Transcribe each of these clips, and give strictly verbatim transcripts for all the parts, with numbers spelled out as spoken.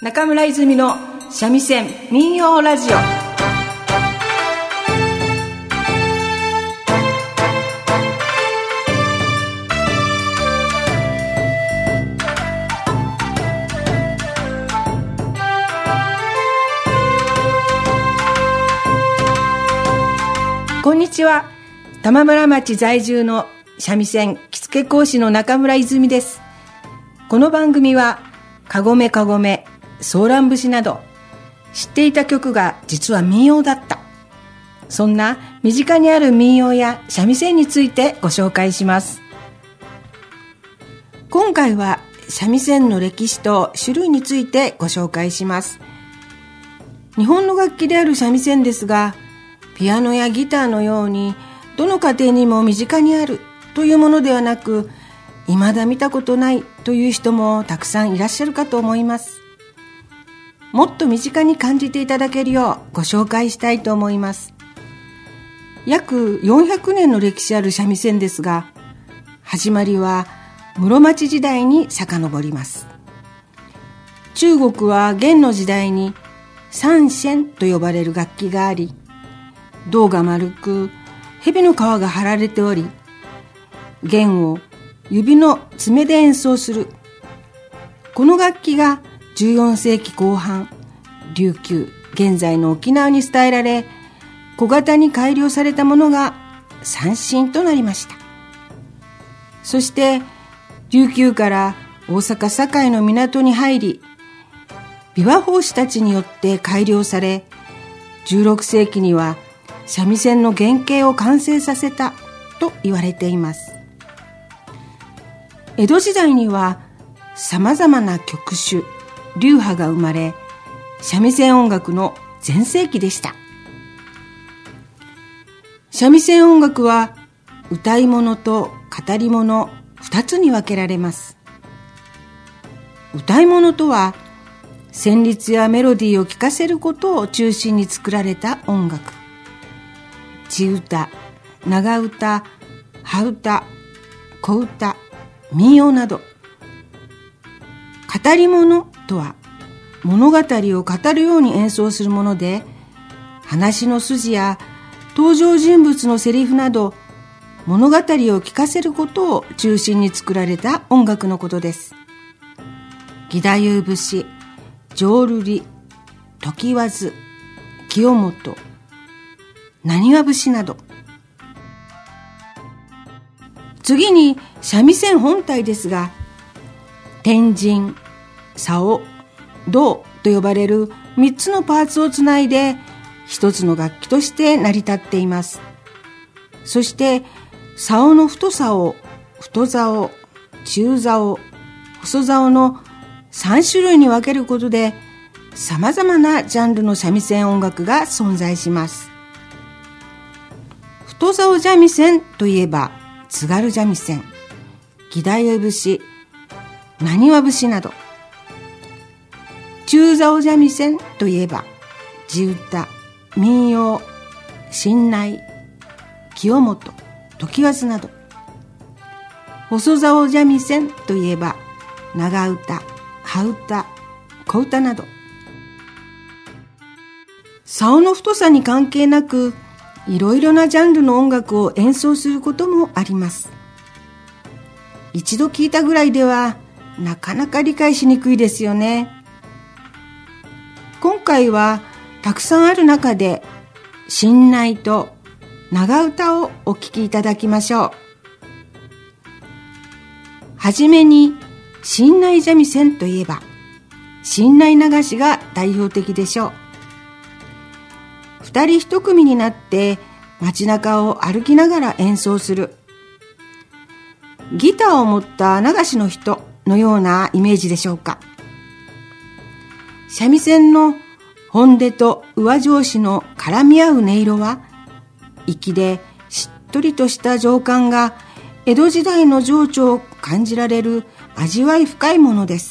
中村泉の三味線民謡ラジオ。こんにちは。玉村町在住の三味線着付け講師の中村泉です。この番組はかごめかごめ、ソーラン節など知っていた曲が実は民謡だった、そんな身近にある民謡や三味線についてご紹介します。今回は三味線の歴史と種類についてご紹介します。日本の楽器である三味線ですが、ピアノやギターのようにどの家庭にも身近にあるというものではなく、未だ見たことないという人もたくさんいらっしゃるかと思います。もっと身近に感じていただけるようご紹介したいと思います。約よんひゃくねんの歴史ある三味線ですが、始まりは室町時代に遡ります。中国は元の時代に三弦と呼ばれる楽器があり、胴が丸く蛇の皮が貼られており、弦を指の爪で演奏する。この楽器がじゅうよんせいきこう半、琉球、現在の沖縄に伝えられ、小型に改良されたものが三線となりました。そして琉球から大阪堺の港に入り、琵琶法師たちによって改良され、じゅうろくせいきには三味線の原型を完成させたと言われています。江戸時代にはさまざまな曲種、流派が生まれ、三味線音楽の全盛期でした。三味線音楽は歌い物と語り物二つに分けられます。歌い物とは旋律やメロディーを聴かせることを中心に作られた音楽。地歌、長歌、葉歌、小歌、民謡など。語り物とは物語を語るように演奏するもので、話の筋や登場人物のセリフなど物語を聞かせることを中心に作られた音楽のことです。義太夫節、浄瑠璃、常磐津、清本、浪花節など。次に三味線本体ですが、天神、棹、胴と呼ばれる三つのパーツをつないで一つの楽器として成り立っています。そして棹の太さを太棹、中棹、細棹のさんしゅるいに分けることで、さまざまなジャンルの三味線音楽が存在します。太棹三味線といえば津軽三味線、義太夫節、浪花節など。中棹三味線といえば地唄、民謡、新内、清本、常磐津など。細棹三味線といえば長唄、葉唄、小唄など。棹の太さに関係なく、いろいろなジャンルの音楽を演奏することもあります。一度聞いたぐらいではなかなか理解しにくいですよね。今回はたくさんある中で新内と長唄をお聴きいただきましょう。はじめに新内三味線といえば新内流しが代表的でしょう。二人一組になって街中を歩きながら演奏する。ギターを持った流しの人のようなイメージでしょうか。三味線の本手と上調子の絡み合う音色は、粋でしっとりとした情感が江戸時代の情緒を感じられる味わい深いものです。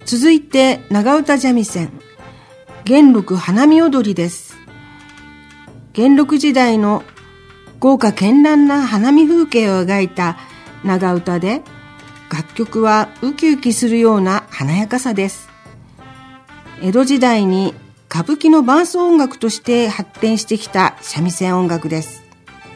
続いて長唄三味線元禄花見踊りです。元禄時代の豪華絢爛な花見風景を描いた長唄で、楽曲はウキウキするような華やかさです。江戸時代に歌舞伎の伴奏音楽として発展してきた三味線音楽です。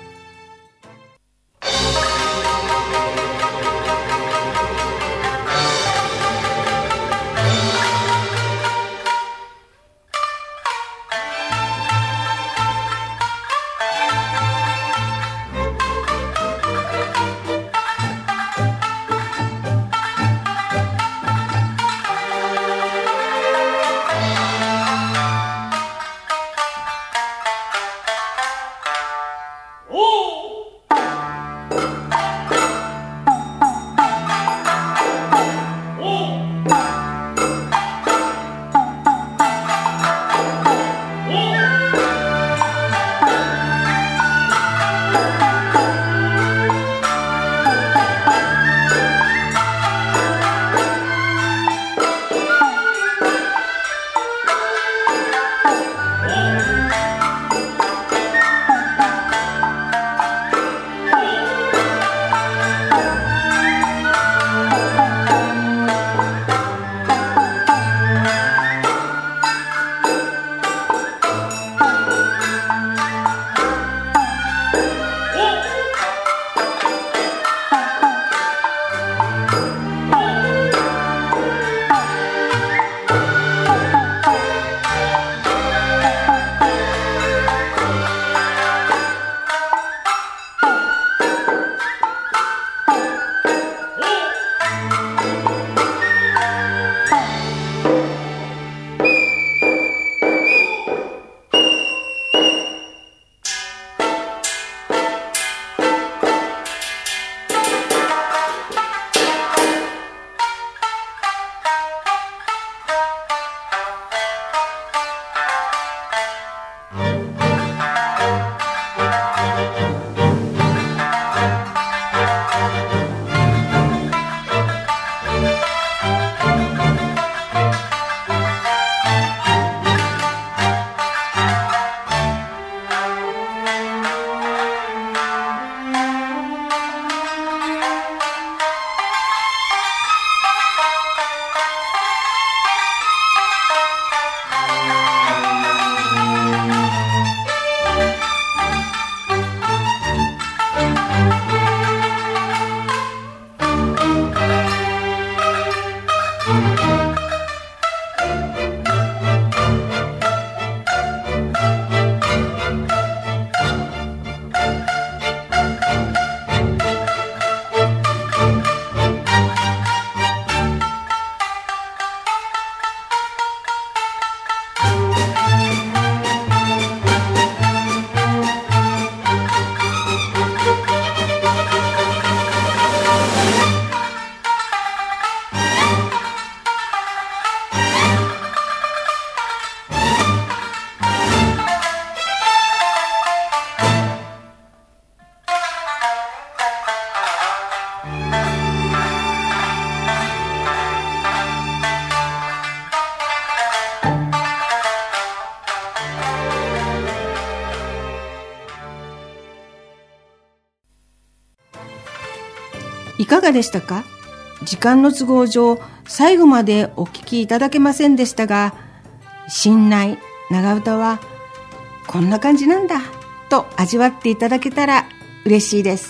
いかがでしたか？時間の都合上最後までお聞きいただけませんでしたが、新内長唄はこんな感じなんだと味わっていただけたら嬉しいです。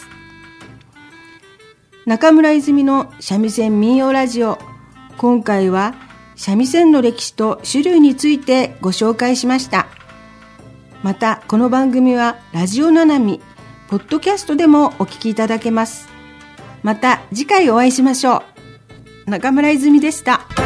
中村泉の三味線民謡ラジオ、今回は三味線の歴史と種類についてご紹介しました。またこの番組はラジオななみポッドキャストでもお聞きいただけます。また次回お会いしましょう。中村泉でした。